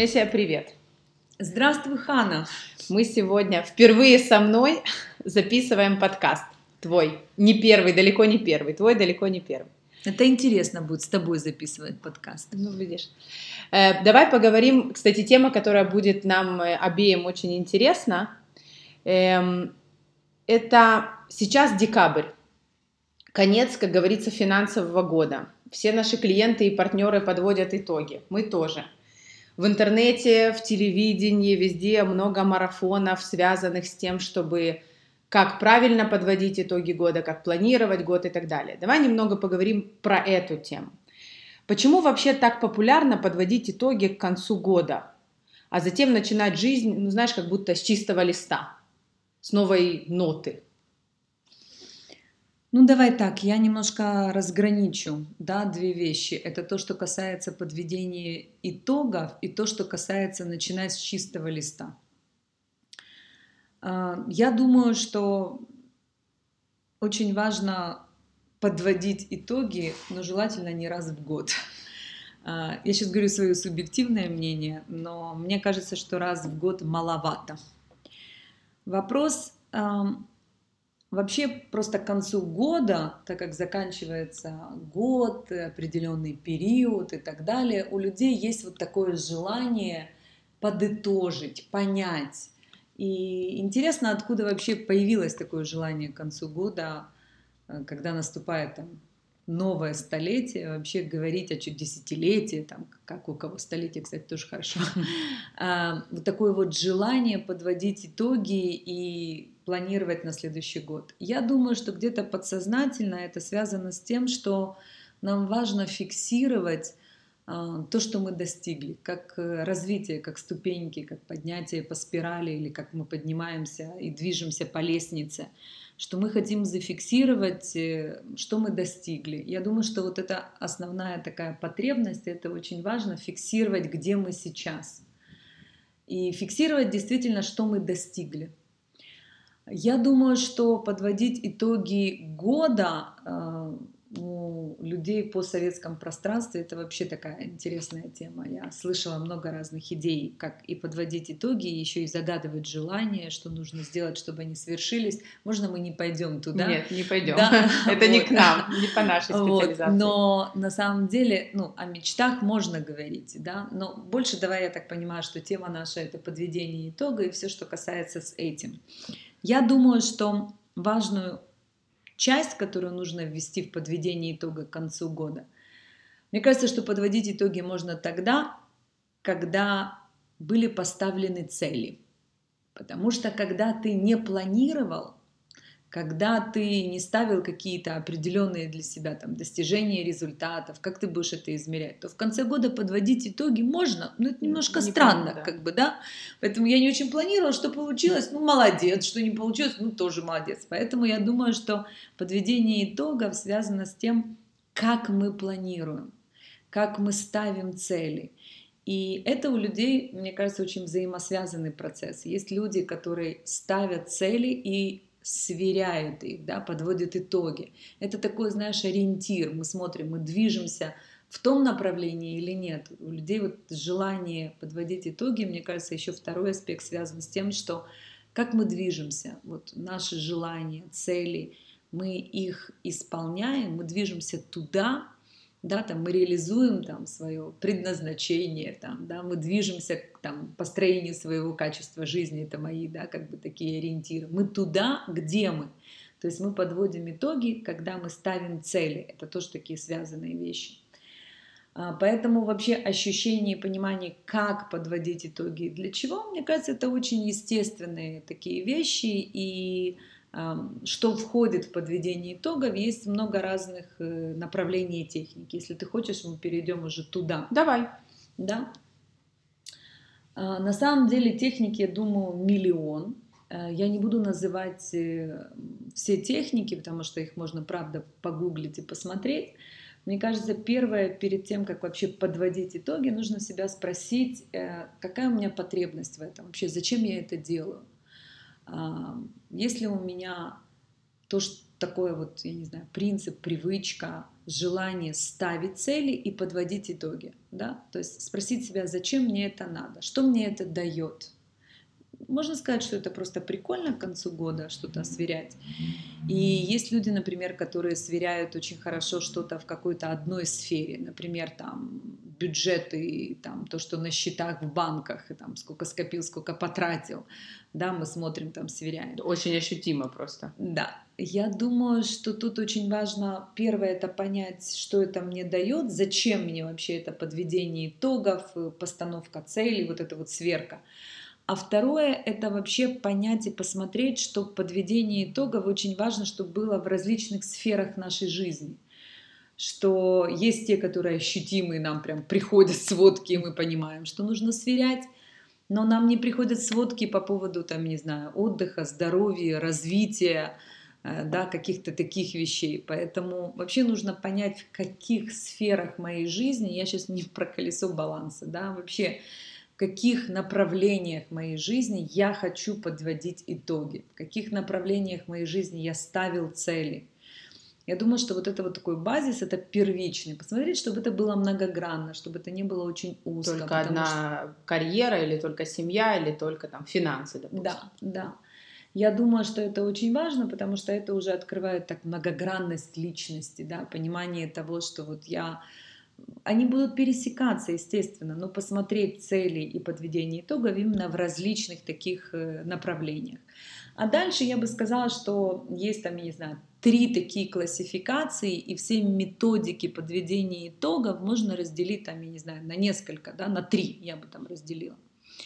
Олеся, привет! Здравствуй, Хана! Мы сегодня впервые со мной записываем подкаст. Твой. Не первый, далеко не первый. Твой далеко не первый. Это интересно будет с тобой записывать подкаст. Ну, видишь. Давай поговорим, кстати, тема, которая будет нам обеим очень интересна. Это сейчас декабрь. Конец, как говорится, финансового года. Все наши клиенты и партнеры подводят итоги. Мы тоже. В интернете, в телевидении, везде много марафонов, связанных с тем, чтобы как правильно подводить итоги года, как планировать год и так далее. Давай немного поговорим про эту тему. Почему вообще так популярно подводить итоги к концу года, а затем начинать жизнь, ну знаешь, как будто с чистого листа, с новой ноты? Ну, давай так, я немножко разграничу, да, две вещи. Это то, что касается подведения итогов, и то, что касается начинать с чистого листа. Я думаю, что очень важно подводить итоги, но желательно не раз в год. Я сейчас говорю свое субъективное мнение, но мне кажется, что раз в год маловато. Вопрос вообще просто к концу года, так как заканчивается год, определенный период и так далее, у людей есть вот такое желание подытожить, понять. И интересно, откуда вообще появилось такое желание к концу года, когда наступает там новое столетие, вообще говорить о десятилетии, там, как у кого столетие, кстати, тоже хорошо. Вот такое вот желание подводить итоги и планировать на следующий год. Я думаю, что где-то подсознательно это связано с тем, что нам важно фиксировать то, что мы достигли, как развитие, как ступеньки, как поднятие по спирали или как мы поднимаемся и движемся по лестнице, что мы хотим зафиксировать, что мы достигли. Я думаю, что вот это основная такая потребность, это очень важно, фиксировать, где мы сейчас. И фиксировать действительно, что мы достигли. Я думаю, что подводить итоги года у людей в постсоветском пространстве — это вообще такая интересная тема. Я слышала много разных идей, как и подводить итоги, и еще и загадывать желания, что нужно сделать, чтобы они свершились. Можно мы не пойдем туда? Нет, не пойдем. Да, это не к нам, не по нашей специализации. Но на самом деле, о мечтах можно говорить, да, но больше, давай, я так понимаю, что тема наша — это подведение итога и все, что касается с этим. Я думаю, что важную часть, которую нужно ввести в подведение итога к концу года, мне кажется, что подводить итоги можно тогда, когда были поставлены цели. Потому что когда ты не планировал, когда ты не ставил какие-то определенные для себя там достижения результатов, как ты будешь это измерять, то в конце года подводить итоги можно, но это немножко странно, да. как бы, да. Поэтому я не очень планировала, что получилось, молодец, что не получилось, тоже молодец. Поэтому я думаю, что подведение итогов связано с тем, как мы планируем, как мы ставим цели. И это у людей, мне кажется, очень взаимосвязанный процесс. Есть люди, которые ставят цели и сверяют их, да, подводят итоги. Это такой, знаешь, ориентир. Мы смотрим, мы движемся в том направлении или нет. У людей вот желание подводить итоги, мне кажется, еще второй аспект связан с тем, что как мы движемся, вот наши желания, цели, мы их исполняем, мы движемся туда, да, там мы реализуем там свое предназначение, там, да, мы движемся к там, построению своего качества жизни, это мои, да, как бы такие ориентиры. Мы туда, где мы. То есть мы подводим итоги, когда мы ставим цели. Это тоже такие связанные вещи. Поэтому вообще ощущение и понимание, как подводить итоги и для чего, мне кажется, это очень естественные такие вещи. И что входит в подведение итогов, есть много разных направлений и техник. Если ты хочешь, мы перейдем уже туда. Давай. Да. На самом деле техники, я думаю, миллион. Я не буду называть все техники, потому что их можно, правда, погуглить и посмотреть. Мне кажется, первое, перед тем, как вообще подводить итоги, нужно себя спросить, какая у меня потребность в этом, вообще зачем я это делаю. Если у меня то, что такое вот, я не знаю, принцип, привычка, желание ставить цели и подводить итоги, да, то есть спросить себя, зачем мне это надо, что мне это дает. Можно сказать, что это просто прикольно к концу года что-то сверять. И есть люди, например, которые сверяют очень хорошо что-то в какой-то одной сфере, например, там бюджеты, там то, что на счетах в банках, и там сколько скопил, сколько потратил, да, мы смотрим, там сверяем. Очень ощутимо просто. Да, я думаю, что тут очень важно, первое, это понять, что это мне дает, зачем мне вообще это подведение итогов, постановка целей, вот эта вот сверка. А второе, это вообще понять и посмотреть, что подведение итогов очень важно, чтобы было в различных сферах нашей жизни. Что есть те, которые ощутимые, нам прям приходят сводки, и мы понимаем, что нужно сверять, но нам не приходят сводки по поводу, там, не знаю, отдыха, здоровья, развития, да, каких-то таких вещей. Поэтому вообще нужно понять, в каких сферах моей жизни, я сейчас не про колесо баланса, да, вообще в каких направлениях моей жизни я хочу подводить итоги, в каких направлениях моей жизни я ставил цели. Я думаю, что вот это вот такой базис, это первичный. Посмотреть, чтобы это было многогранно, чтобы это не было очень узко. Только одна карьера, или только семья, или только там финансы, допустим. Да, да. Я думаю, что это очень важно, потому что это уже открывает так многогранность личности, да, понимание того, что вот они будут пересекаться, естественно, но посмотреть цели и подведение итогов именно в различных таких направлениях. А дальше я бы сказала, что есть там, я не знаю, 3 такие классификации, и все методики подведения итогов можно разделить там, я не знаю, на несколько, да, на 3 я бы там разделила.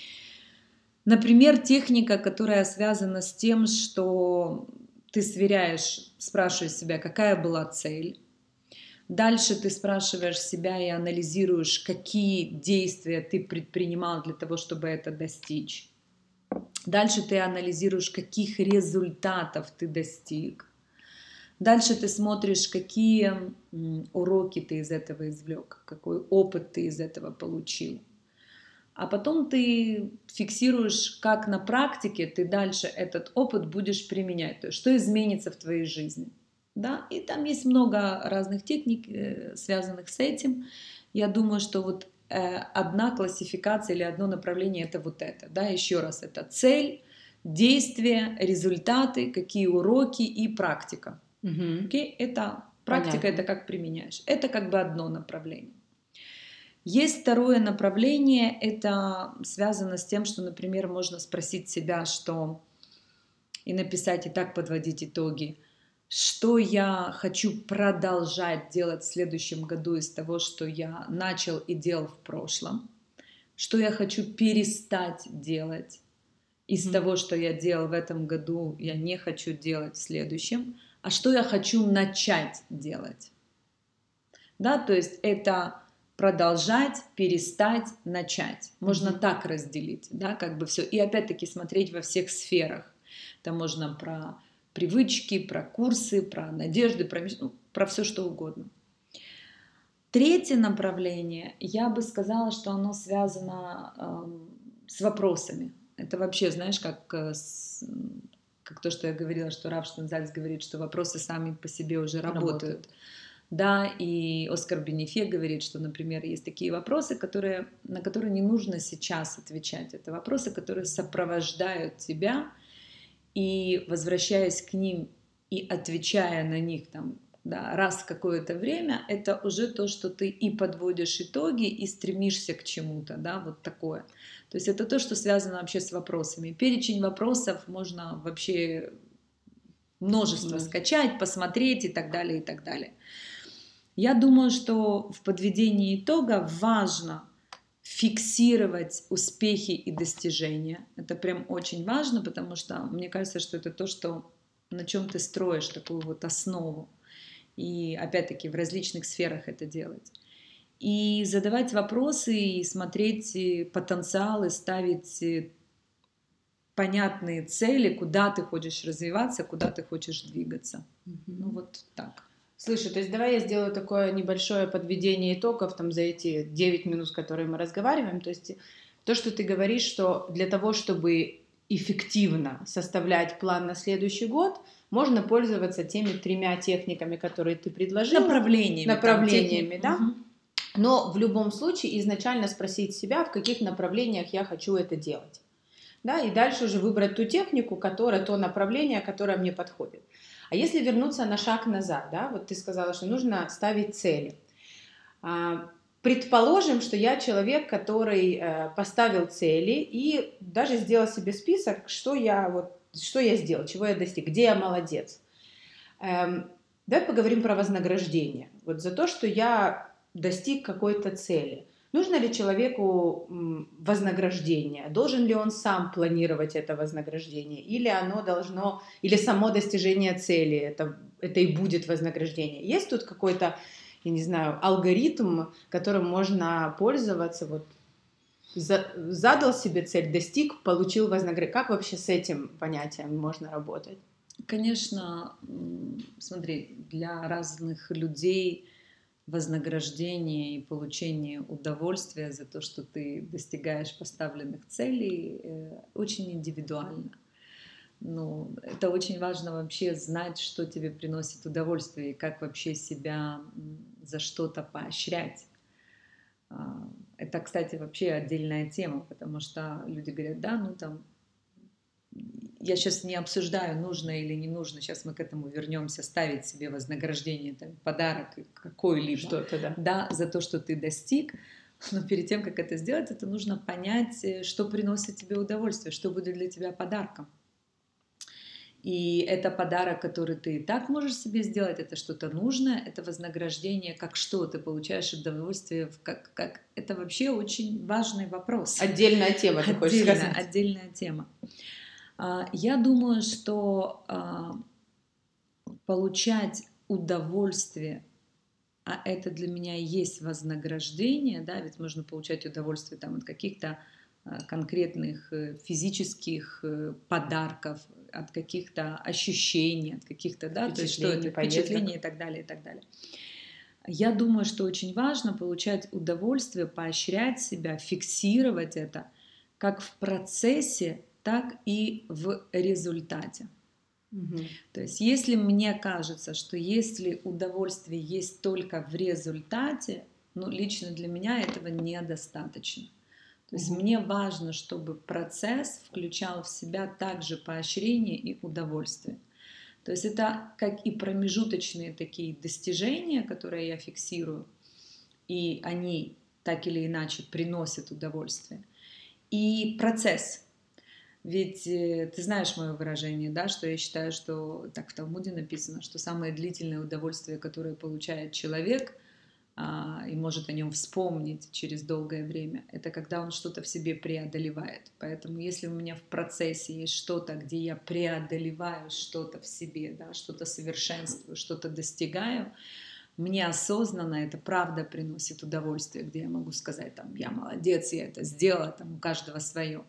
Например, техника, которая связана с тем, что ты сверяешь, спрашиваешь себя, какая была цель. Дальше ты спрашиваешь себя и анализируешь, какие действия ты предпринимал для того, чтобы это достичь. Дальше ты анализируешь, каких результатов ты достиг. Дальше ты смотришь, какие уроки ты из этого извлек, какой опыт ты из этого получил. А потом ты фиксируешь, как на практике ты дальше этот опыт будешь применять, то есть что изменится в твоей жизни. Да? И там есть много разных техник, связанных с этим. Я думаю, что вот одна классификация или одно направление это вот это. Да? Еще раз, это цель, действия, результаты, какие уроки и практика. Окей? Это практика, это как применяешь. Это как бы одно направление. Есть второе направление, это связано с тем, что, например, можно спросить себя, что и написать, и так подводить итоги, что я хочу продолжать делать в следующем году из того, что я начал и делал в прошлом, что я хочу перестать делать из того, что я делал в этом году, я не хочу делать в следующем, а что я хочу начать делать. Да, то есть это продолжать, перестать, начать. Можно так разделить, да, как бы все. И опять-таки смотреть во всех сферах. Там можно про привычки, про курсы, про надежды, про все что угодно. Третье направление, я бы сказала, что оно связано с вопросами. Это вообще, знаешь, как то, что я говорила, что Рав Штензальц говорит, что вопросы сами по себе уже работают. Да, и Оскар Бенефе говорит, что, например, есть такие вопросы, на которые не нужно сейчас отвечать. Это вопросы, которые сопровождают тебя, и возвращаясь к ним и отвечая на них там, да, раз в какое-то время, это уже то, что ты и подводишь итоги, и стремишься к чему-то, да, вот такое. То есть это то, что связано вообще с вопросами. Перечень вопросов можно вообще множество скачать, посмотреть и так далее, и так далее. Я думаю, что в подведении итога важно фиксировать успехи и достижения. Это прям очень важно, потому что мне кажется, что это то, на чем ты строишь такую вот основу. И опять-таки в различных сферах это делать. И задавать вопросы, и смотреть потенциалы, ставить понятные цели, куда ты хочешь развиваться, куда ты хочешь двигаться. Ну вот так. Слушай, то есть давай я сделаю такое небольшое подведение итогов там за эти 9 минут, которые мы разговариваем. То есть то, что ты говоришь, что для того, чтобы эффективно составлять план на следующий год, можно пользоваться теми 3 техниками, которые ты предложила. Направлениями, да. Но в любом случае изначально спросить себя, в каких направлениях я хочу это делать. Да, и дальше уже выбрать ту технику, то направление, которое мне подходит. А если вернуться на шаг назад, да, вот ты сказала, что нужно ставить цели. Предположим, что я человек, который поставил цели и даже сделал себе список, что я сделал, чего я достиг, где я молодец. Давай поговорим про вознаграждение. Вот за то, что я достиг какой-то цели. Нужно ли человеку вознаграждение? Должен ли он сам планировать это вознаграждение? Или само достижение цели, это и будет вознаграждение? Есть тут какой-то, я не знаю, алгоритм, которым можно пользоваться? Вот задал себе цель, достиг, получил вознаграждение. Как вообще с этим понятием можно работать? Конечно, смотри, для разных людей вознаграждение и получение удовольствия за то, что ты достигаешь поставленных целей, очень индивидуально. Ну, это очень важно вообще знать, что тебе приносит удовольствие и как вообще себя за что-то поощрять. Это, кстати, вообще отдельная тема, потому что люди говорят, да, ну там, я сейчас не обсуждаю, нужно или не нужно, сейчас мы к этому вернемся, ставить себе вознаграждение, там, подарок какой-либо, Что-то, да, за то, что ты достиг. Но перед тем, как это сделать, это нужно понять, что приносит тебе удовольствие, что будет для тебя подарком. И это подарок, который ты и так можешь себе сделать, это что-то нужное, это вознаграждение, как что ты получаешь удовольствие, это вообще очень важный вопрос. Отдельная тема, ты хочешь сказать? Отдельная тема. Я думаю, что получать удовольствие, а это для меня и есть вознаграждение, да, ведь можно получать удовольствие там, от каких-то конкретных физических подарков, от каких-то ощущений, от каких-то, да, то есть что это, впечатления и так далее, и так далее. Я думаю, что очень важно получать удовольствие, поощрять себя, фиксировать это как в процессе, так и в результате. То есть если мне кажется, что если удовольствие есть только в результате, ну, лично для меня этого недостаточно. То есть мне важно, чтобы процесс включал в себя также поощрение и удовольствие. То есть это как и промежуточные такие достижения, которые я фиксирую, и они так или иначе приносят удовольствие. И процесс. Ведь ты знаешь мое выражение, да, что я считаю, что так в Талмуде написано, что самое длительное удовольствие, которое получает человек, и может о нем вспомнить через долгое время, это когда он что-то в себе преодолевает. Поэтому если у меня в процессе есть что-то, где я преодолеваю что-то в себе, да, что-то совершенствую, что-то достигаю, мне осознанно это правда приносит удовольствие, где я могу сказать, там, я молодец, я это сделала, там, у каждого свое.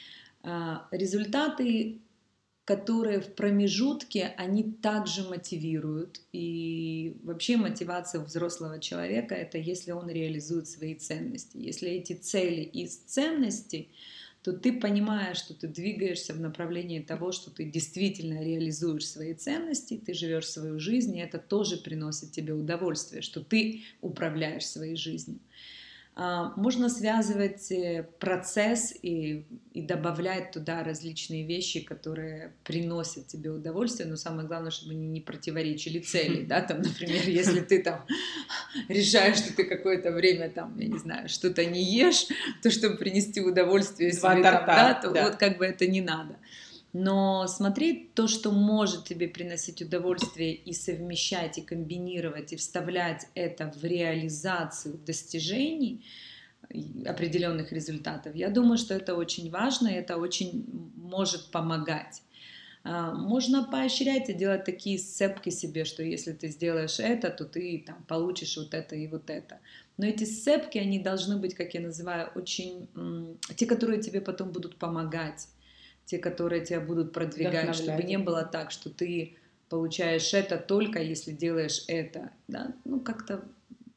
Результаты, которые в промежутке, они также мотивируют. И вообще мотивация взрослого человека – это если он реализует свои ценности. Если эти цели из ценностей, то ты понимаешь, что ты двигаешься в направлении того, что ты действительно реализуешь свои ценности, ты живешь свою жизнь, и это тоже приносит тебе удовольствие, что ты управляешь своей жизнью. Можно связывать процесс и добавлять туда различные вещи, которые приносят тебе удовольствие, но самое главное, чтобы они не противоречили цели, да, там, например, если ты там решаешь, что ты какое-то время там, я не знаю, что-то не ешь, то чтобы принести удовольствие себе, там, да, то вот как бы это не надо. Но смотреть то, что может тебе приносить удовольствие, и совмещать, и комбинировать, и вставлять это в реализацию достижений определенных результатов, я думаю, что это очень важно, и это очень может помогать. Можно поощрять и делать такие сцепки себе, что если ты сделаешь это, то ты там получишь вот это и вот это. Но эти сцепки, они должны быть, как я называю, очень те, которые тебе потом будут помогать, те, которые тебя будут продвигать, чтобы не было так, что ты получаешь это только если делаешь это, да? Ну как-то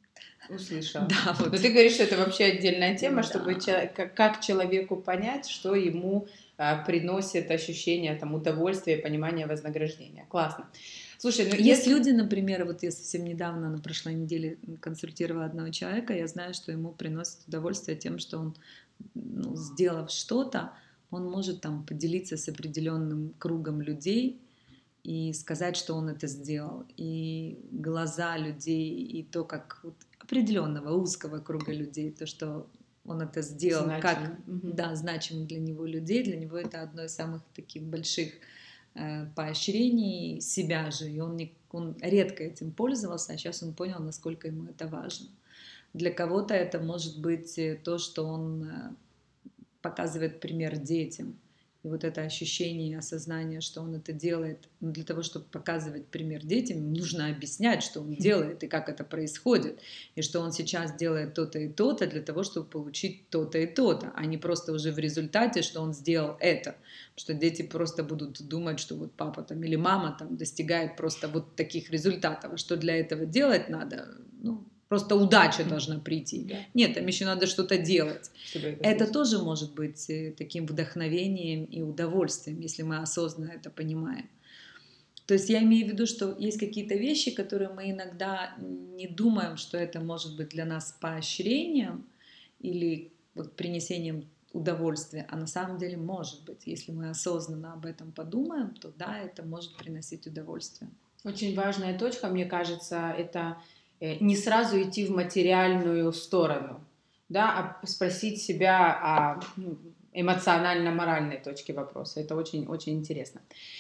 Услышала. Да, Но вот. ты говоришь, что это вообще отдельная тема, чтобы Да. как человеку понять, что ему приносит ощущение там, удовольствия и понимания вознаграждения. Классно. Слушай, ну Есть если... люди, например, вот я совсем недавно, на прошлой неделе консультировала одного человека, я знаю, что ему приносит удовольствие тем, что он, ну, сделав что-то, он может там поделиться с определенным кругом людей и сказать, что он это сделал. И глаза людей, и то, как вот определенного узкого круга людей, то, что он это сделал, как, Значимо. Мгм. да, значимо для него людей, для него это одно из самых таких больших поощрений себя же, и он редко этим пользовался, а сейчас он понял, насколько ему это важно. Для кого-то это может быть то, что он показывает пример детям. И вот это ощущение и осознание, что он это делает, но для того, чтобы показывать пример детям, нужно объяснять, что он делает и как это происходит, и что он сейчас делает то-то и то-то для того, чтобы получить то-то и то-то, а не просто уже в результате, что он сделал это. Потому что дети просто будут думать, что вот папа там или мама там достигает просто вот таких результатов, а что для этого делать надо, ну, просто удача должна прийти. Да. Нет, там еще надо что-то делать. Чтобы Это сделать. тоже может быть таким вдохновением и удовольствием, если мы осознанно это понимаем. То есть я имею в виду, что есть какие-то вещи, которые мы иногда не думаем, что это может быть для нас поощрением или вот принесением удовольствия, а на самом деле может быть. Если мы осознанно об этом подумаем, то да, это может приносить удовольствие. Очень важная точка, мне кажется, это не сразу идти в материальную сторону, да, а спросить себя о эмоционально-моральной точке вопроса. Это очень-очень интересно.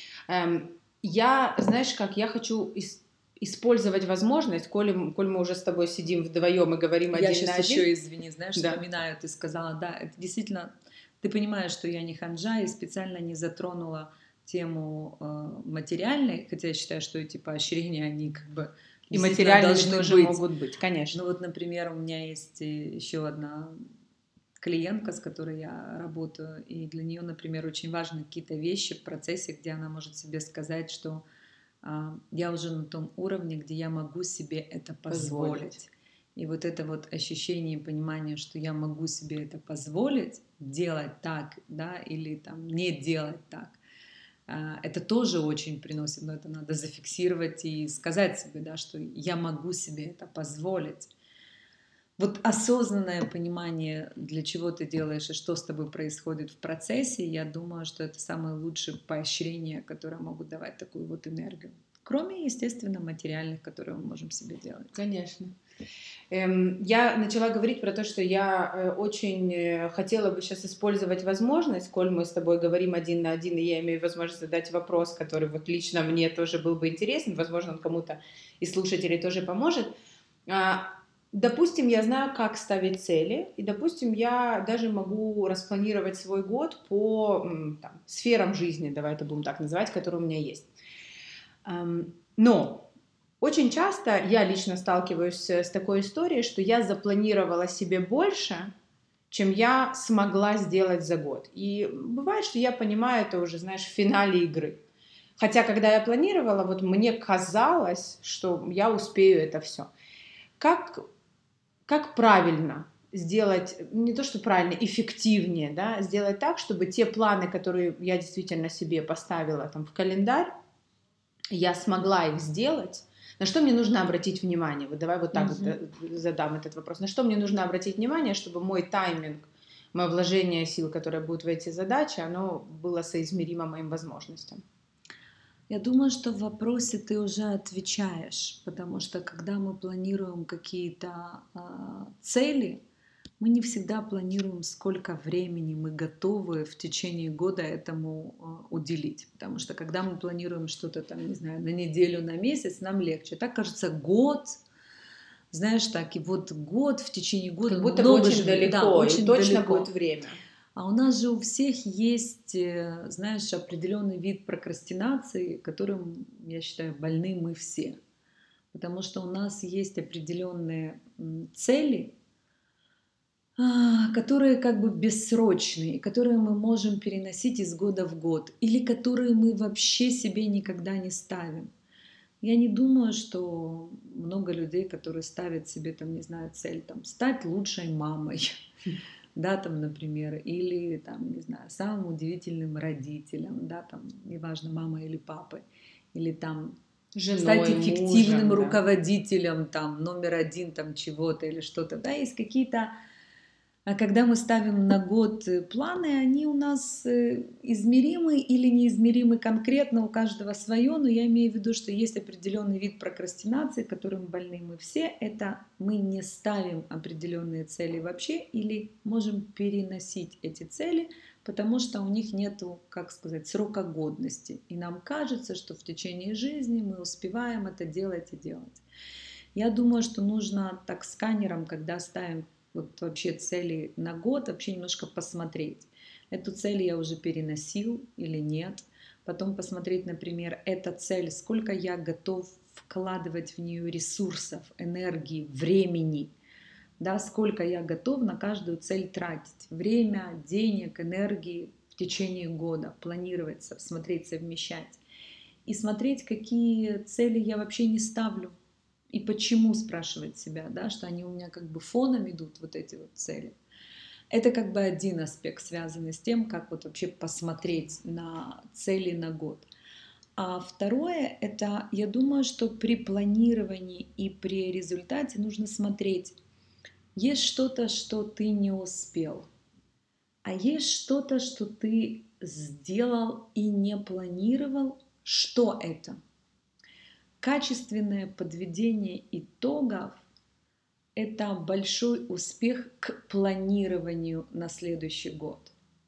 Я, знаешь, как я хочу использовать возможность, коль мы уже с тобой сидим вдвоем и говорим Я один на сейчас один. еще, извини, знаешь, Да. вспоминаю, ты сказала, да, это действительно, ты понимаешь, что я не ханжа и специально не затронула тему материальной, хотя я считаю, что эти поощрения, они как бы И действительно материальными должны тоже быть. могут быть, конечно. Ну вот, например, у меня есть еще одна клиентка, с которой я работаю, и для нее, например, очень важны какие-то вещи в процессе, где она может себе сказать, что я уже на том уровне, где я могу себе это позволить. И вот это вот ощущение и понимание, что я могу себе это позволить, делать так, да, или там не делать так, это тоже очень приносит, но это надо зафиксировать и сказать себе, да, что я могу себе это позволить. Вот осознанное понимание, для чего ты делаешь и что с тобой происходит в процессе, я думаю, что это самые лучшие поощрения, которые могут давать такую вот энергию. Кроме, естественно, материальных, которые мы можем себе делать. Конечно. Я начала говорить про то, что я очень хотела бы сейчас использовать возможность, коль мы с тобой говорим один на один, и я имею возможность задать вопрос, который вот лично мне тоже был бы интересен, возможно, он кому-то из слушателей тоже поможет. Допустим, я знаю, как ставить цели, и, допустим, я даже могу распланировать свой год по там, сферам жизни, давай это будем так называть, которые у меня есть. Но очень часто я лично сталкиваюсь с такой историей, что я запланировала себе больше, чем я смогла сделать за год. И бывает, что я понимаю это уже, знаешь, в финале игры. Хотя, когда я планировала, вот мне казалось, что я успею это все. Как правильно сделать, не то что правильно, эффективнее, да, сделать так, чтобы те планы, которые я действительно себе поставила там в календарь, я смогла их сделать. На что мне нужно обратить внимание? Вот давай вот так задам этот вопрос. На что мне нужно обратить внимание, чтобы мой тайминг, мое вложение сил, которое будет в эти задачи, оно было соизмеримо моим возможностям? Я думаю, что в вопросе ты уже отвечаешь, потому что когда мы планируем какие-то цели, мы не всегда планируем, сколько времени мы готовы в течение года этому уделить. Потому что когда мы планируем что-то там, не знаю, на неделю, на месяц, нам легче. Так кажется, год, знаешь, так, и вот год, в течение года Как будто бы много очень же, далеко, да, и очень точно далеко. будет время. А у нас же у всех есть, знаешь, определенный вид прокрастинации, которым, я считаю, больны мы все. Потому что у нас есть определенные цели, которые как бы бессрочные, которые мы можем переносить из года в год, или которые мы вообще себе никогда не ставим. Я не думаю, что много людей, которые ставят себе, там, не знаю, цель, там, стать лучшей мамой, да, там, например, или, там, не знаю, самым удивительным родителем, да, там, неважно, мама или папой, или там стать Женой, эффективным мужем, да. руководителем, там, номер один, там, чего-то или что-то, да, есть какие-то. А когда мы ставим на год планы, они у нас измеримы или неизмеримы конкретно, у каждого свое, но я имею в виду, что есть определенный вид прокрастинации, которым больны мы все. Это мы не ставим определенные цели вообще или можем переносить эти цели, потому что у них нет, как сказать, срока годности. И нам кажется, что в течение жизни мы успеваем это делать и делать. Я думаю, что нужно так сканером, когда ставим вот вообще цели на год, вообще немножко посмотреть, эту цель я уже переносил или нет. Потом посмотреть, например, эта цель, сколько я готов вкладывать в нее ресурсов, энергии, времени, да, сколько я готов на каждую цель тратить. Время, денег, энергии в течение года, планировать, смотреть, совмещать. И смотреть, какие цели я вообще не ставлю. И почему, спрашивать себя, да, что они у меня как бы фоном идут, вот эти вот цели. Это как бы один аспект, связанный с тем, как вот вообще посмотреть на цели на год. А второе, это, я думаю, что при планировании и при результате нужно смотреть, есть что-то, что ты не успел, а есть что-то, что ты сделал и не планировал. Что это? Качественное подведение итогов – это большой успех к планированию на следующий год.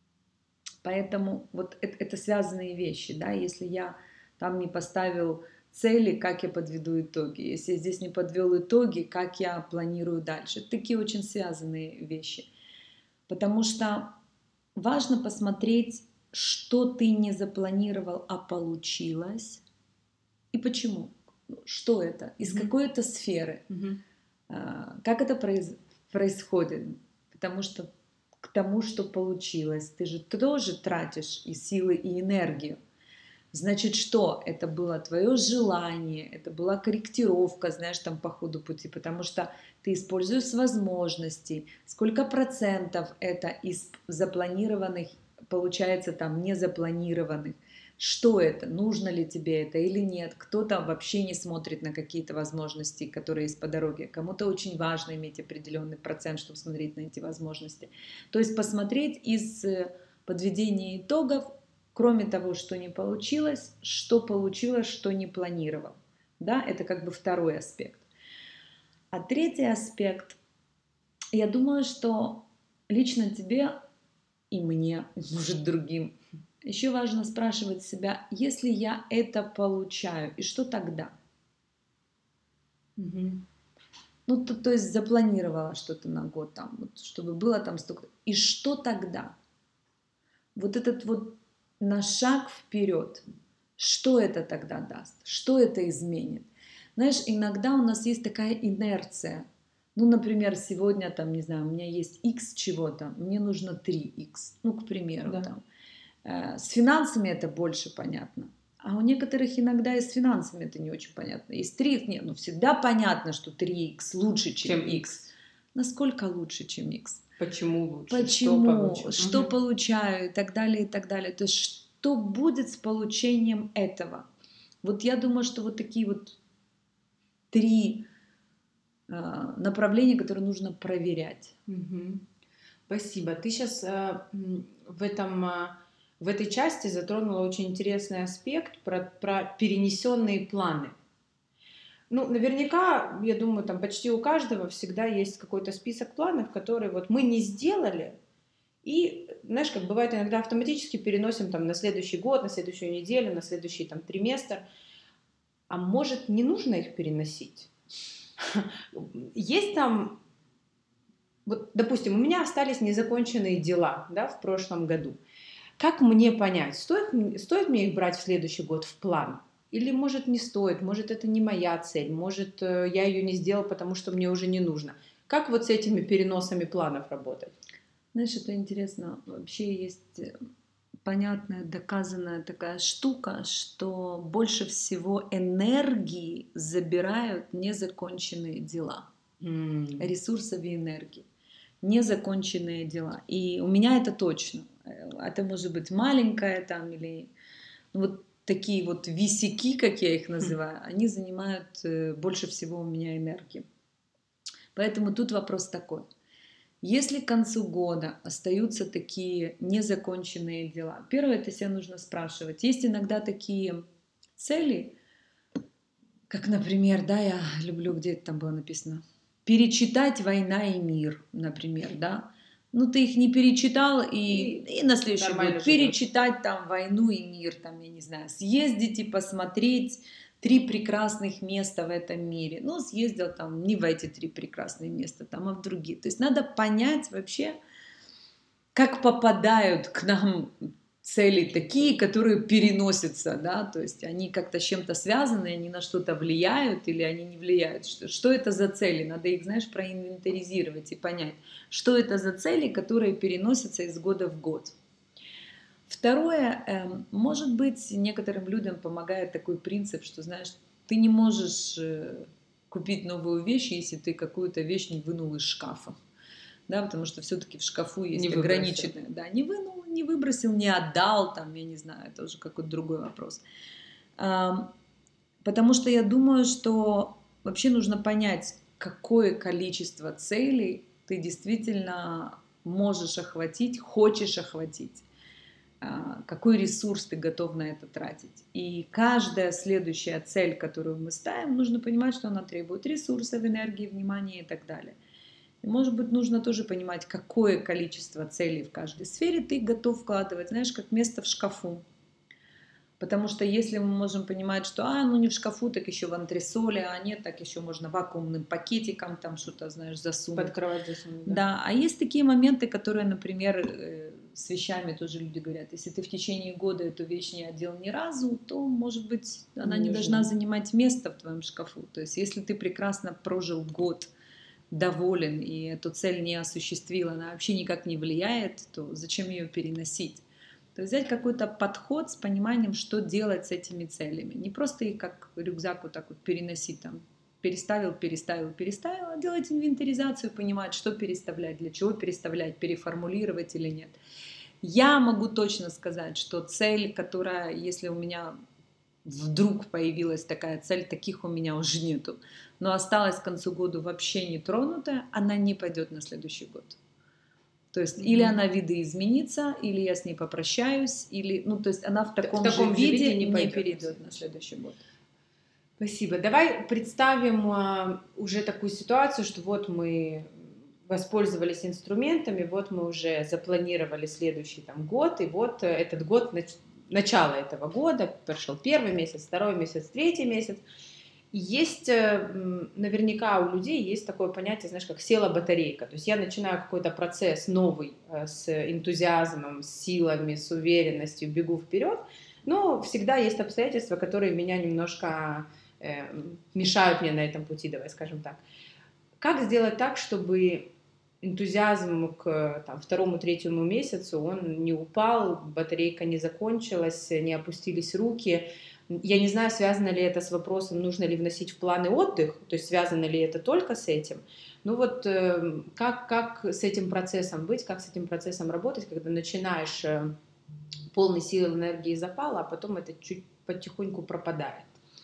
Поэтому вот это связанные вещи, да, если я там не поставил цели, как я подведу итоги, если я здесь не подвел итоги, как я планирую дальше. Это такие очень связанные вещи, потому что важно посмотреть, что ты не запланировал, а получилось, и почему. Что это? Из какой это сферы? Как это происходит? Потому что к тому, что получилось, ты же тоже тратишь и силы, и энергию. Значит, что? Это было твое желание, это была корректировка, знаешь, там по ходу пути, потому что ты используешь возможности, сколько процентов это из запланированных получается там незапланированных. Что это? Нужно ли тебе это или нет? Кто-то вообще не смотрит на какие-то возможности, которые есть по дороге. Кому-то очень важно иметь определенный процент, чтобы смотреть на эти возможности. То есть посмотреть из подведения итогов, кроме того, что не получилось, что не планировал. Да, это как бы второй аспект. А третий аспект, я думаю, что лично тебе и мне, может, другим, еще важно спрашивать себя, если я это получаю, и что тогда? Ну, то есть запланировала что-то на год, там, вот, чтобы было там столько. И что тогда? Вот этот вот на шаг вперед, что это тогда даст? Что это изменит? Знаешь, иногда у нас есть такая инерция. Ну, например, сегодня, там, не знаю, у меня есть X чего-то, мне нужно 3X, ну, к примеру, Да. там. С финансами это больше понятно. А у некоторых иногда и с финансами это не очень понятно. Есть 3, нет, ну всегда понятно, что 3X лучше, чем X. Насколько лучше, чем X? Почему лучше? Почему? Что получаю? И так далее, и так далее. То есть, что будет с получением этого? Вот я думаю, что вот такие вот 3 направления, которые нужно проверять. Спасибо. Ты сейчас в этой части затронула очень интересный аспект про перенесенные планы. Ну, наверняка, я думаю, там почти у каждого всегда есть какой-то список планов, которые вот мы не сделали, и, знаешь, как бывает иногда автоматически переносим там на следующий год, на следующую неделю, на следующий там триместр. А может, не нужно их переносить? Есть там, вот, допустим, у меня остались незаконченные дела, да, в прошлом году. Как мне понять, стоит мне их брать в следующий год в план? Или, может, не стоит, может, это не моя цель, может, я ее не сделал, потому что мне уже не нужно. Как вот с этими переносами планов работать? Знаешь, это интересно. Вообще есть понятная, доказанная такая штука, что больше всего энергии забирают незаконченные дела, ресурсов и энергии, незаконченные дела. И у меня это точно. Это может быть маленькое там или вот такие вот висяки, как я их называю, они занимают больше всего у меня энергии. Поэтому тут вопрос такой. Если к концу года остаются такие незаконченные дела, первое, это себя нужно спрашивать. Есть иногда такие цели, как, например, да, я люблю, где это там было написано, перечитать «Война и мир», например, да. Ну, ты их не перечитал, и на следующий год перечитать там «Войну и мир», там, я не знаю, съездить и посмотреть 3 прекрасных места в этом мире. Ну, съездил там не в эти 3 прекрасные места, там, а в другие. То есть надо понять вообще, как попадают к нам цели такие, которые переносятся, да, то есть они как-то с чем-то связаны, они на что-то влияют или они не влияют. Что это за цели? Надо их, знаешь, проинвентаризировать и понять, что это за цели, которые переносятся из года в год. Второе, может быть, некоторым людям помогает такой принцип, что, знаешь, ты не можешь купить новую вещь, если ты какую-то вещь не вынул из шкафа. Да, потому что все-таки в шкафу есть ограниченное. Да, не вынул, не выбросил, не отдал, там, я не знаю, это уже какой-то другой вопрос. Потому что я думаю, что вообще нужно понять, какое количество целей ты действительно можешь охватить, хочешь охватить. Какой ресурс ты готов на это тратить. И каждая следующая цель, которую мы ставим, нужно понимать, что она требует ресурсов, энергии, внимания и так далее. И, может быть, нужно тоже понимать, какое количество целей в каждой сфере ты готов вкладывать, знаешь, как место в шкафу. Потому что если мы можем понимать, что, ну не в шкафу, так еще в антресоле, а нет, так еще можно вакуумным пакетиком там что-то, знаешь, засунуть. Под кровать засунуть, да. А есть такие моменты, которые, например, с вещами тоже люди говорят, если ты в течение года эту вещь не одел ни разу, то, может быть, она не должна занимать место в твоем шкафу. То есть, если ты прекрасно прожил год, доволен, и эту цель не осуществил, она вообще никак не влияет, то зачем ее переносить? То есть взять какой-то подход с пониманием, что делать с этими целями. Не просто их как рюкзак вот так вот переносить, там, переставил, а делать инвентаризацию, понимать, что переставлять, для чего переставлять, переформулировать или нет. Я могу точно сказать, что цель, которая, если у меня вдруг появилась такая цель, таких у меня уже нету, но осталась к концу года вообще не тронутая, она не пойдет на следующий год. То есть или она видоизменится, или я с ней попрощаюсь, или, ну, то есть она в таком же виде не перейдет на следующий год. Спасибо. Давай представим уже такую ситуацию, что вот мы воспользовались инструментами, вот мы уже запланировали следующий там год, и вот этот год, начало этого года, прошел первый месяц, второй месяц, третий месяц. И есть, наверняка у людей есть такое понятие, знаешь, как села батарейка. То есть я начинаю какой-то процесс новый с энтузиазмом, с силами, с уверенностью, бегу вперед, но всегда есть обстоятельства, которые меня немножко мешают мне на этом пути, давай скажем так. Как сделать так, чтобы энтузиазм к второму-третьему месяцу он не упал, батарейка не закончилась, не опустились руки? Я не знаю, связано ли это с вопросом, нужно ли вносить в планы отдых, то есть связано ли это только с этим. Ну вот как с этим процессом быть, как с этим процессом работать, когда начинаешь полной силы, энергии и запала, а потом это чуть потихоньку пропадает?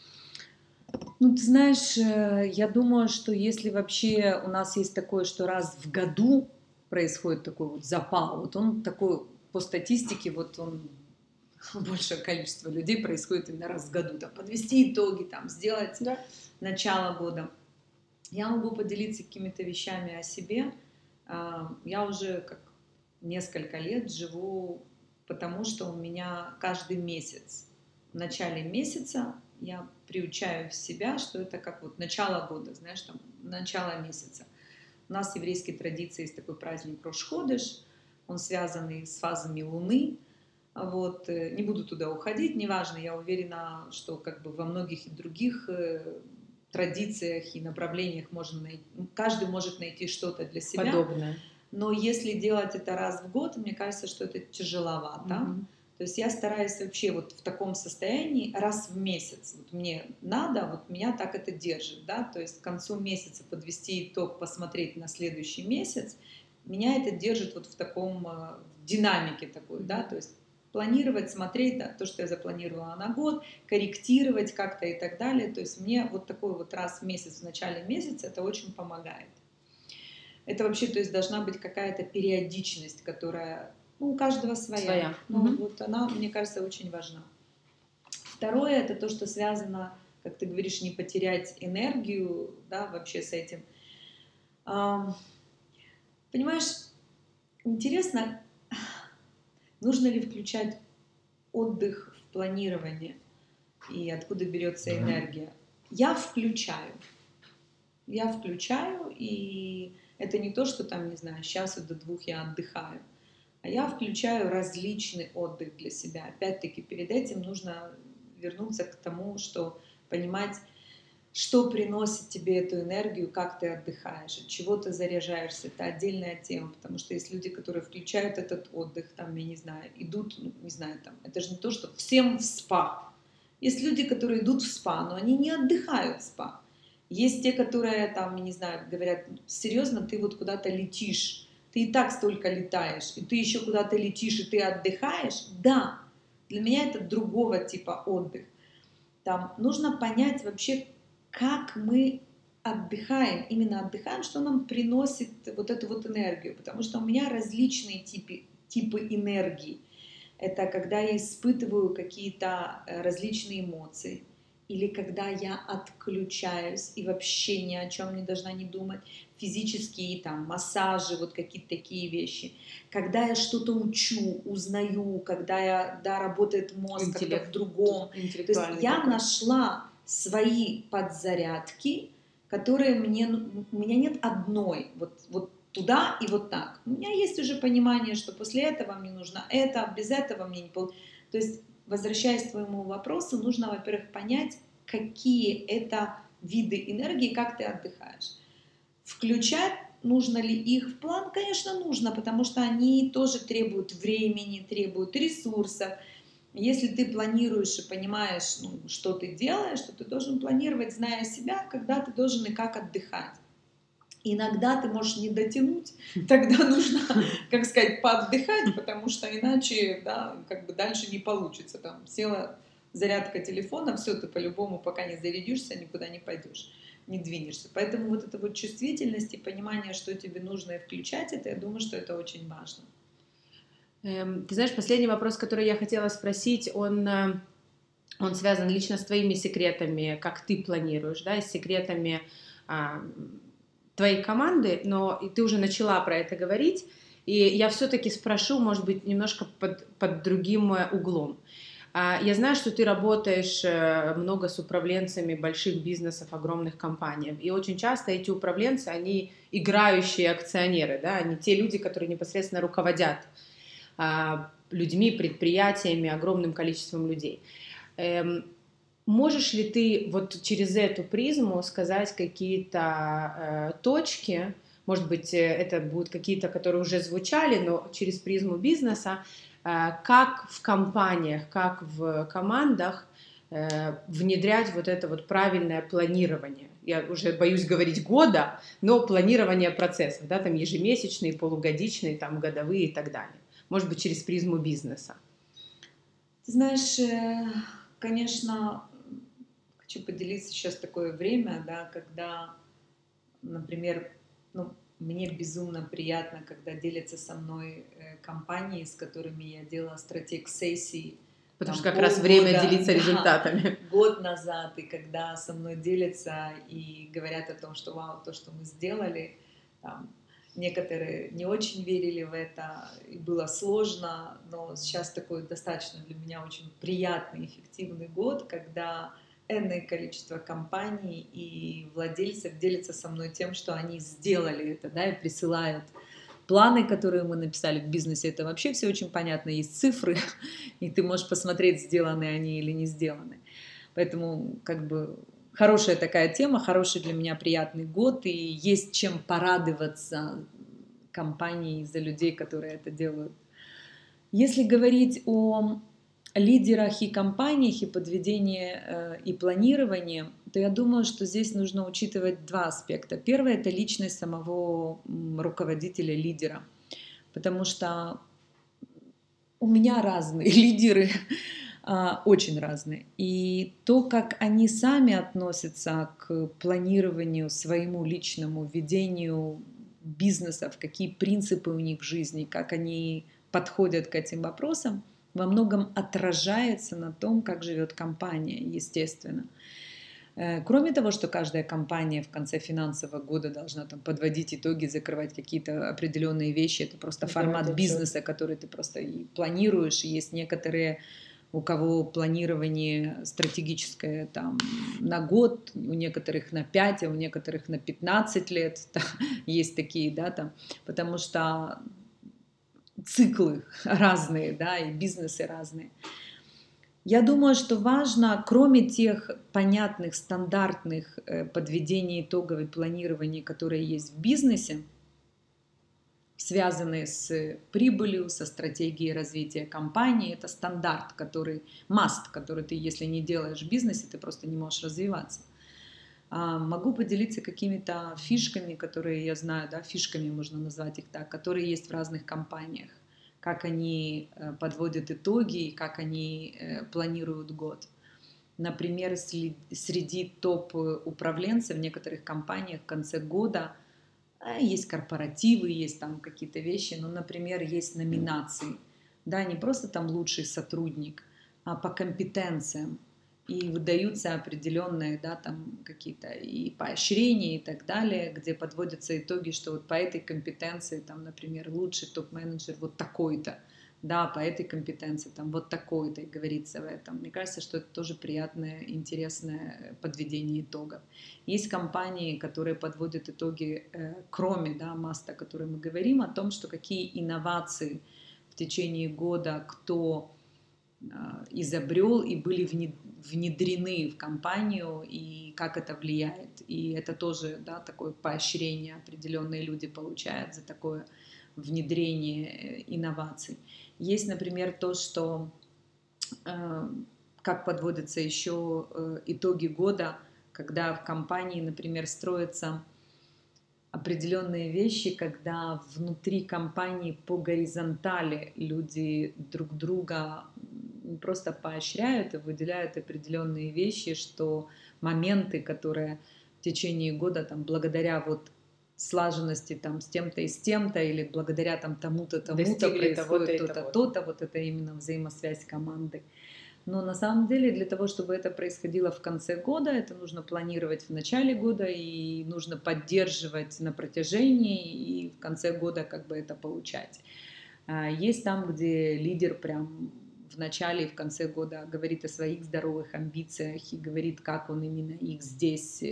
Ну, ты знаешь, я думаю, что если вообще у нас есть такое, что раз в году происходит такой вот запал, вот он такой, по статистике, вот он большее количество людей происходит именно раз в году, там, подвести итоги, там, сделать начало года. Я могу поделиться какими-то вещами о себе. Я уже как несколько лет живу, потому что у меня каждый месяц, в начале месяца я приучаю себя, что это как вот начало года, знаешь, там, начало месяца. У нас в еврейской традиции есть такой праздник Рош-ходеш, он связанный с фазами Луны. Вот, не буду туда уходить, неважно, я уверена, что как бы во многих и других традициях и направлениях можно найти, каждый может найти что-то для себя. Подобное. Но если делать это раз в год, мне кажется, что это тяжеловато. То есть я стараюсь вообще вот в таком состоянии раз в месяц. Вот мне надо, вот меня так это держит, да, то есть к концу месяца подвести итог, посмотреть на следующий месяц, меня это держит вот в таком динамике такой, да, то есть планировать, смотреть, да, то, что я запланировала на год, корректировать как-то и так далее. То есть мне вот такой вот раз в месяц, в начале месяца, это очень помогает. Это вообще, то есть должна быть какая-то периодичность, которая, ну, у каждого своя. Ну, вот она, мне кажется, очень важна. Второе, это то, что связано, как ты говоришь, не потерять энергию, да, вообще с этим. Понимаешь, интересно, нужно ли включать отдых в планирование и откуда берется энергия. Я включаю, и это не то, что там, не знаю, с часу до 2 я отдыхаю, а я включаю различный отдых для себя. Опять-таки, перед этим нужно вернуться к тому, что понимать, что приносит тебе эту энергию, как ты отдыхаешь, от чего ты заряжаешься, это отдельная тема, потому что есть люди, которые включают этот отдых, там, я не знаю, идут, ну, не знаю, там, это же не то, что всем в спа. Есть люди, которые идут в спа, но они не отдыхают в спа. Есть те, которые, там, я не знаю, говорят, серьезно, ты вот куда-то летишь, ты и так столько летаешь, и ты еще куда-то летишь, и ты отдыхаешь. Да, для меня это другого типа отдых. Там нужно понять вообще, как мы отдыхаем, именно отдыхаем, что нам приносит вот эту вот энергию, потому что у меня различные типы энергии. Это когда я испытываю какие-то различные эмоции, или когда я отключаюсь и вообще ни о чем не должна не думать, физические там массажи, вот какие-то такие вещи. Когда я что-то учу, узнаю, когда да, работает мозг как-то в другом. То есть я нашла свои подзарядки, которые у меня нет одной, вот туда и вот так. У меня есть уже понимание, что после этого мне нужно это, без этого мне не получится. То есть, возвращаясь к твоему вопросу, нужно, во-первых, понять, какие это виды энергии, как ты отдыхаешь. Включать нужно ли их в план? Конечно, нужно, потому что они тоже требуют времени, требуют ресурсов. Если ты планируешь и понимаешь, ну, что ты делаешь, то ты должен планировать, зная себя, когда ты должен и как отдыхать. Иногда ты можешь не дотянуть, тогда нужно, как сказать, поотдыхать, потому что иначе, да, как бы дальше не получится. Там села зарядка телефона, все, ты по-любому, пока не зарядишься, никуда не пойдешь, не двинешься. Поэтому вот эта вот чувствительность и понимание, что тебе нужно, и включать это, я думаю, что это очень важно. Ты знаешь, последний вопрос, который я хотела спросить, он связан лично с твоими секретами, как ты планируешь, да, и с секретами твоей команды, но и ты уже начала про это говорить, и я все-таки спрошу, может быть, немножко под другим углом. Я знаю, что ты работаешь много с управленцами больших бизнесов, огромных компаний, и очень часто эти управленцы, они играющие акционеры, да, они те люди, которые непосредственно руководят людьми, предприятиями, огромным количеством людей. Можешь ли ты вот через эту призму сказать какие-то точки, может быть, это будут какие-то, которые уже звучали, но через призму бизнеса, как в компаниях, как в командах внедрять вот это вот правильное планирование? Я уже боюсь говорить года, но планирование процессов, да, там ежемесячные, полугодичные, там годовые и так далее. Может быть, через призму бизнеса. Ты знаешь, конечно, хочу поделиться сейчас такое время, да, когда, например, ну, мне безумно приятно, когда делятся со мной компании, с которыми я делала стратег-сессии. Потому что как раз время делиться результатами. Год назад, и когда со мной делятся и говорят о том, что вау, то, что мы сделали, там, некоторые не очень верили в это, и было сложно, но сейчас такой достаточно для меня очень приятный, эффективный год, когда энное количество компаний и владельцев делятся со мной тем, что они сделали это, да, и присылают планы, которые мы написали в бизнесе. Это вообще все очень понятно, есть цифры, и ты можешь посмотреть, сделаны они или не сделаны. Поэтому как бы хорошая такая тема, хороший для меня приятный год, и есть чем порадоваться компании за людей, которые это делают. Если говорить о лидерах и компаниях, и подведении и планировании, то я думаю, что здесь нужно учитывать два аспекта. Первый – это личность самого руководителя, лидера, потому что у меня разные лидеры, очень разные. И то, как они сами относятся к планированию своему личному, ведению бизнесов, какие принципы у них в жизни, как они подходят к этим вопросам, во многом отражается на том, как живет компания, естественно. Кроме того, что каждая компания в конце финансового года должна там подводить итоги, закрывать какие-то определенные вещи, это просто формат бизнеса, который ты просто и планируешь. И есть некоторые, у кого планирование стратегическое там на год, у некоторых на 5, а у некоторых на 15 лет. Есть такие, да, там, потому что циклы разные, да, и бизнесы разные. Я думаю, что важно, кроме тех понятных, стандартных подведений итогов и планирования, которые есть в бизнесе, связанные с прибылью, со стратегией развития компании, это стандарт, который must, который ты, если не делаешь в бизнесе, ты просто не можешь развиваться. Могу поделиться какими-то фишками, которые я знаю, да, фишками можно назвать их так, которые есть в разных компаниях, как они подводят итоги и как они планируют год. Например, среди топ-управленцев в некоторых компаниях в конце года есть корпоративы, есть там какие-то вещи, но, например, есть номинации, да, не просто там лучший сотрудник, а по компетенциям. И выдаются определенные, да, там какие-то и поощрения и так далее, где подводятся итоги, что вот по этой компетенции, там, например, лучший топ-менеджер вот такой-то, да, по этой компетенции, там, вот такой-то, и говорится в этом. Мне кажется, что это тоже приятное, интересное подведение итогов. Есть компании, которые подводят итоги, кроме, да, маста, о которой мы говорим, о том, что какие инновации в течение года кто изобрел и были внедрены в компанию, и как это влияет. И это тоже, да, такое поощрение определенные люди получают за такое внедрение инноваций. Есть, например, то, что как подводятся еще итоги года, когда в компании, например, строятся определенные вещи, когда внутри компании по горизонтали люди друг друга просто поощряют и выделяют определенные вещи, что моменты, которые в течение года там благодаря вот слаженности там с тем-то и с тем-то, или благодаря там тому-то, тому-то происходит то-то, то-то, вот это именно взаимосвязь команды. Но на самом деле для того, чтобы это происходило в конце года, это нужно планировать в начале года и нужно поддерживать на протяжении и в конце года как бы это получать. Есть там, где лидер прям в начале и в конце года говорит о своих здоровых амбициях и говорит, как он именно их здесь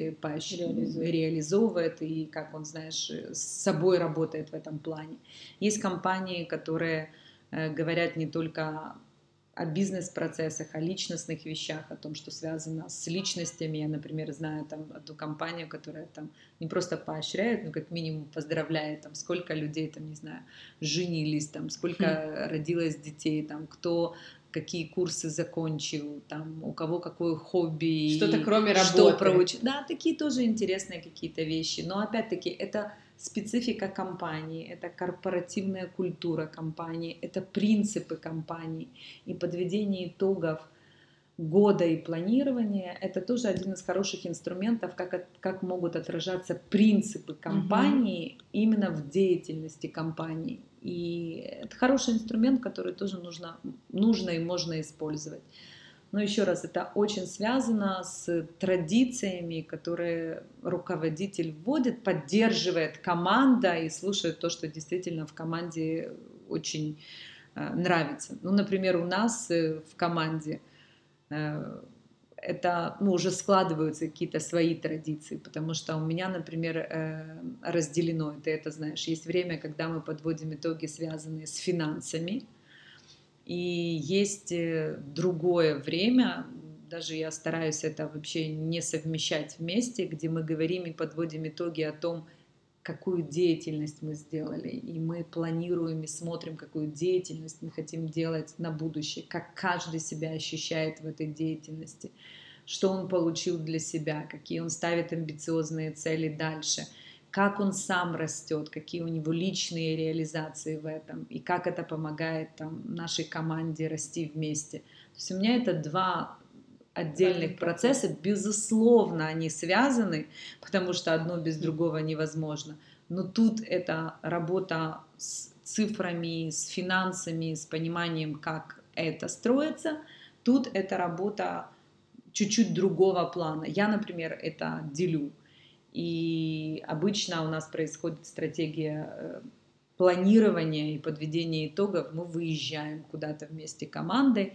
реализовывает и как он, знаешь, с собой работает в этом плане. Есть компании, которые говорят не только о бизнес-процессах, о личностных вещах, о том, что связано с личностями. Я, например, знаю там одну компанию, которая там не просто поощряет, но как минимум поздравляет, там, сколько людей, там, не знаю, женились, там, сколько родилось детей, там, кто какие курсы закончил, там, у кого какое хобби. Что-то кроме работы. Да, такие тоже интересные какие-то вещи. Но опять-таки это специфика компании, это корпоративная культура компании, это принципы компании. И подведение итогов года и планирования – это тоже один из хороших инструментов, как могут отражаться принципы компании именно в деятельности компании. И это хороший инструмент, который тоже нужно и можно использовать. Но еще раз, это очень связано с традициями, которые руководитель вводит, поддерживает команда и слушает то, что действительно в команде очень нравится. Ну, например, у нас в команде это уже складываются какие-то свои традиции, потому что у меня, например, разделено, ты это знаешь, есть время, когда мы подводим итоги, связанные с финансами, и есть другое время, даже я стараюсь это вообще не совмещать вместе, где мы говорим и подводим итоги о том, какую деятельность мы сделали, и мы планируем и смотрим, какую деятельность мы хотим делать на будущее, как каждый себя ощущает в этой деятельности, что он получил для себя, какие он ставит амбициозные цели дальше, как он сам растет, какие у него личные реализации в этом, и как это помогает там, нашей команде расти вместе. То есть у меня это два отдельных процесса, безусловно, они связаны, потому что одно без другого невозможно. Но тут это работа с цифрами, с финансами, с пониманием, как это строится. Тут это работа чуть-чуть другого плана. Я, например, это делю. И обычно у нас происходит стратегия планирования и подведения итогов. Мы выезжаем куда-то вместе командой,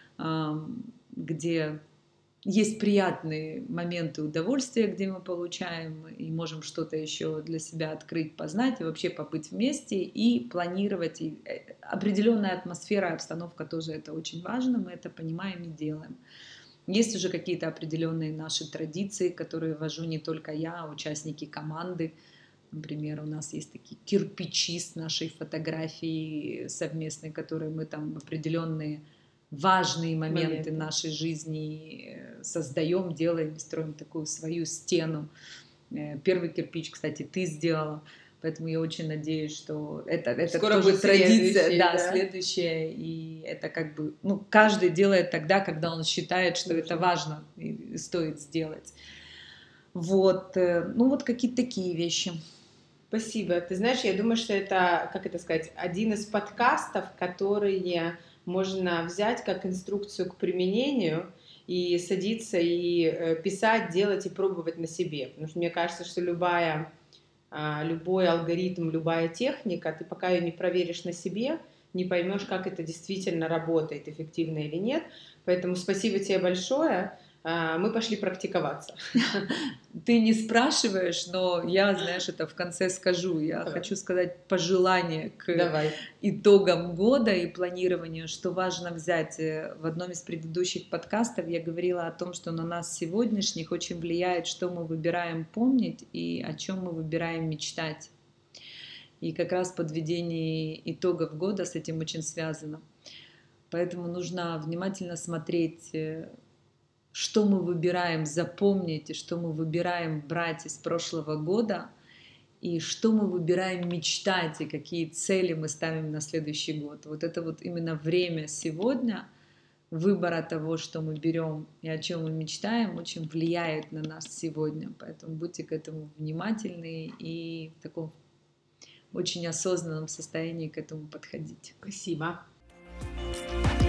где есть приятные моменты удовольствия, где мы получаем и можем что-то еще для себя открыть, познать и вообще побыть вместе и планировать. И определенная атмосфера, обстановка тоже это очень важно, мы это понимаем и делаем. Есть уже какие-то определенные наши традиции, которые ввожу не только я, а участники команды. Например, у нас есть такие кирпичи с нашей фотографией совместной, которые мы там определенные важные моменты нашей жизни создаем, делаем, строим такую свою стену. Первый кирпич, кстати, ты сделала. Поэтому я очень надеюсь, что это скоро тоже будет традиция, да, следующая. И это как бы, ну, каждый делает тогда, когда он считает, что это важно и стоит сделать. Вот, ну вот какие-то такие вещи. Спасибо. Ты знаешь, я думаю, что это, как это сказать, один из подкастов, которые можно взять как инструкцию к применению и садиться и писать, делать и пробовать на себе. Потому что мне кажется, что любой алгоритм, любая техника, ты пока ее не проверишь на себе, не поймешь, как это действительно работает, эффективно или нет. Поэтому спасибо тебе большое. Мы пошли практиковаться. Ты не спрашиваешь, но я, знаешь, это в конце скажу. Я хочу сказать пожелание к итогам года и планированию, что важно взять. В одном из предыдущих подкастов я говорила о том, что на нас сегодняшних очень влияет, что мы выбираем помнить и о чем мы выбираем мечтать. И как раз подведение итогов года с этим очень связано. Поэтому нужно внимательно смотреть, что мы выбираем запомнить, и что мы выбираем брать из прошлого года, и что мы выбираем мечтать, и какие цели мы ставим на следующий год. Вот это вот именно время сегодня, выбора того, что мы берем и о чем мы мечтаем, очень влияет на нас сегодня. Поэтому будьте к этому внимательны и в таком очень осознанном состоянии к этому подходить. Спасибо.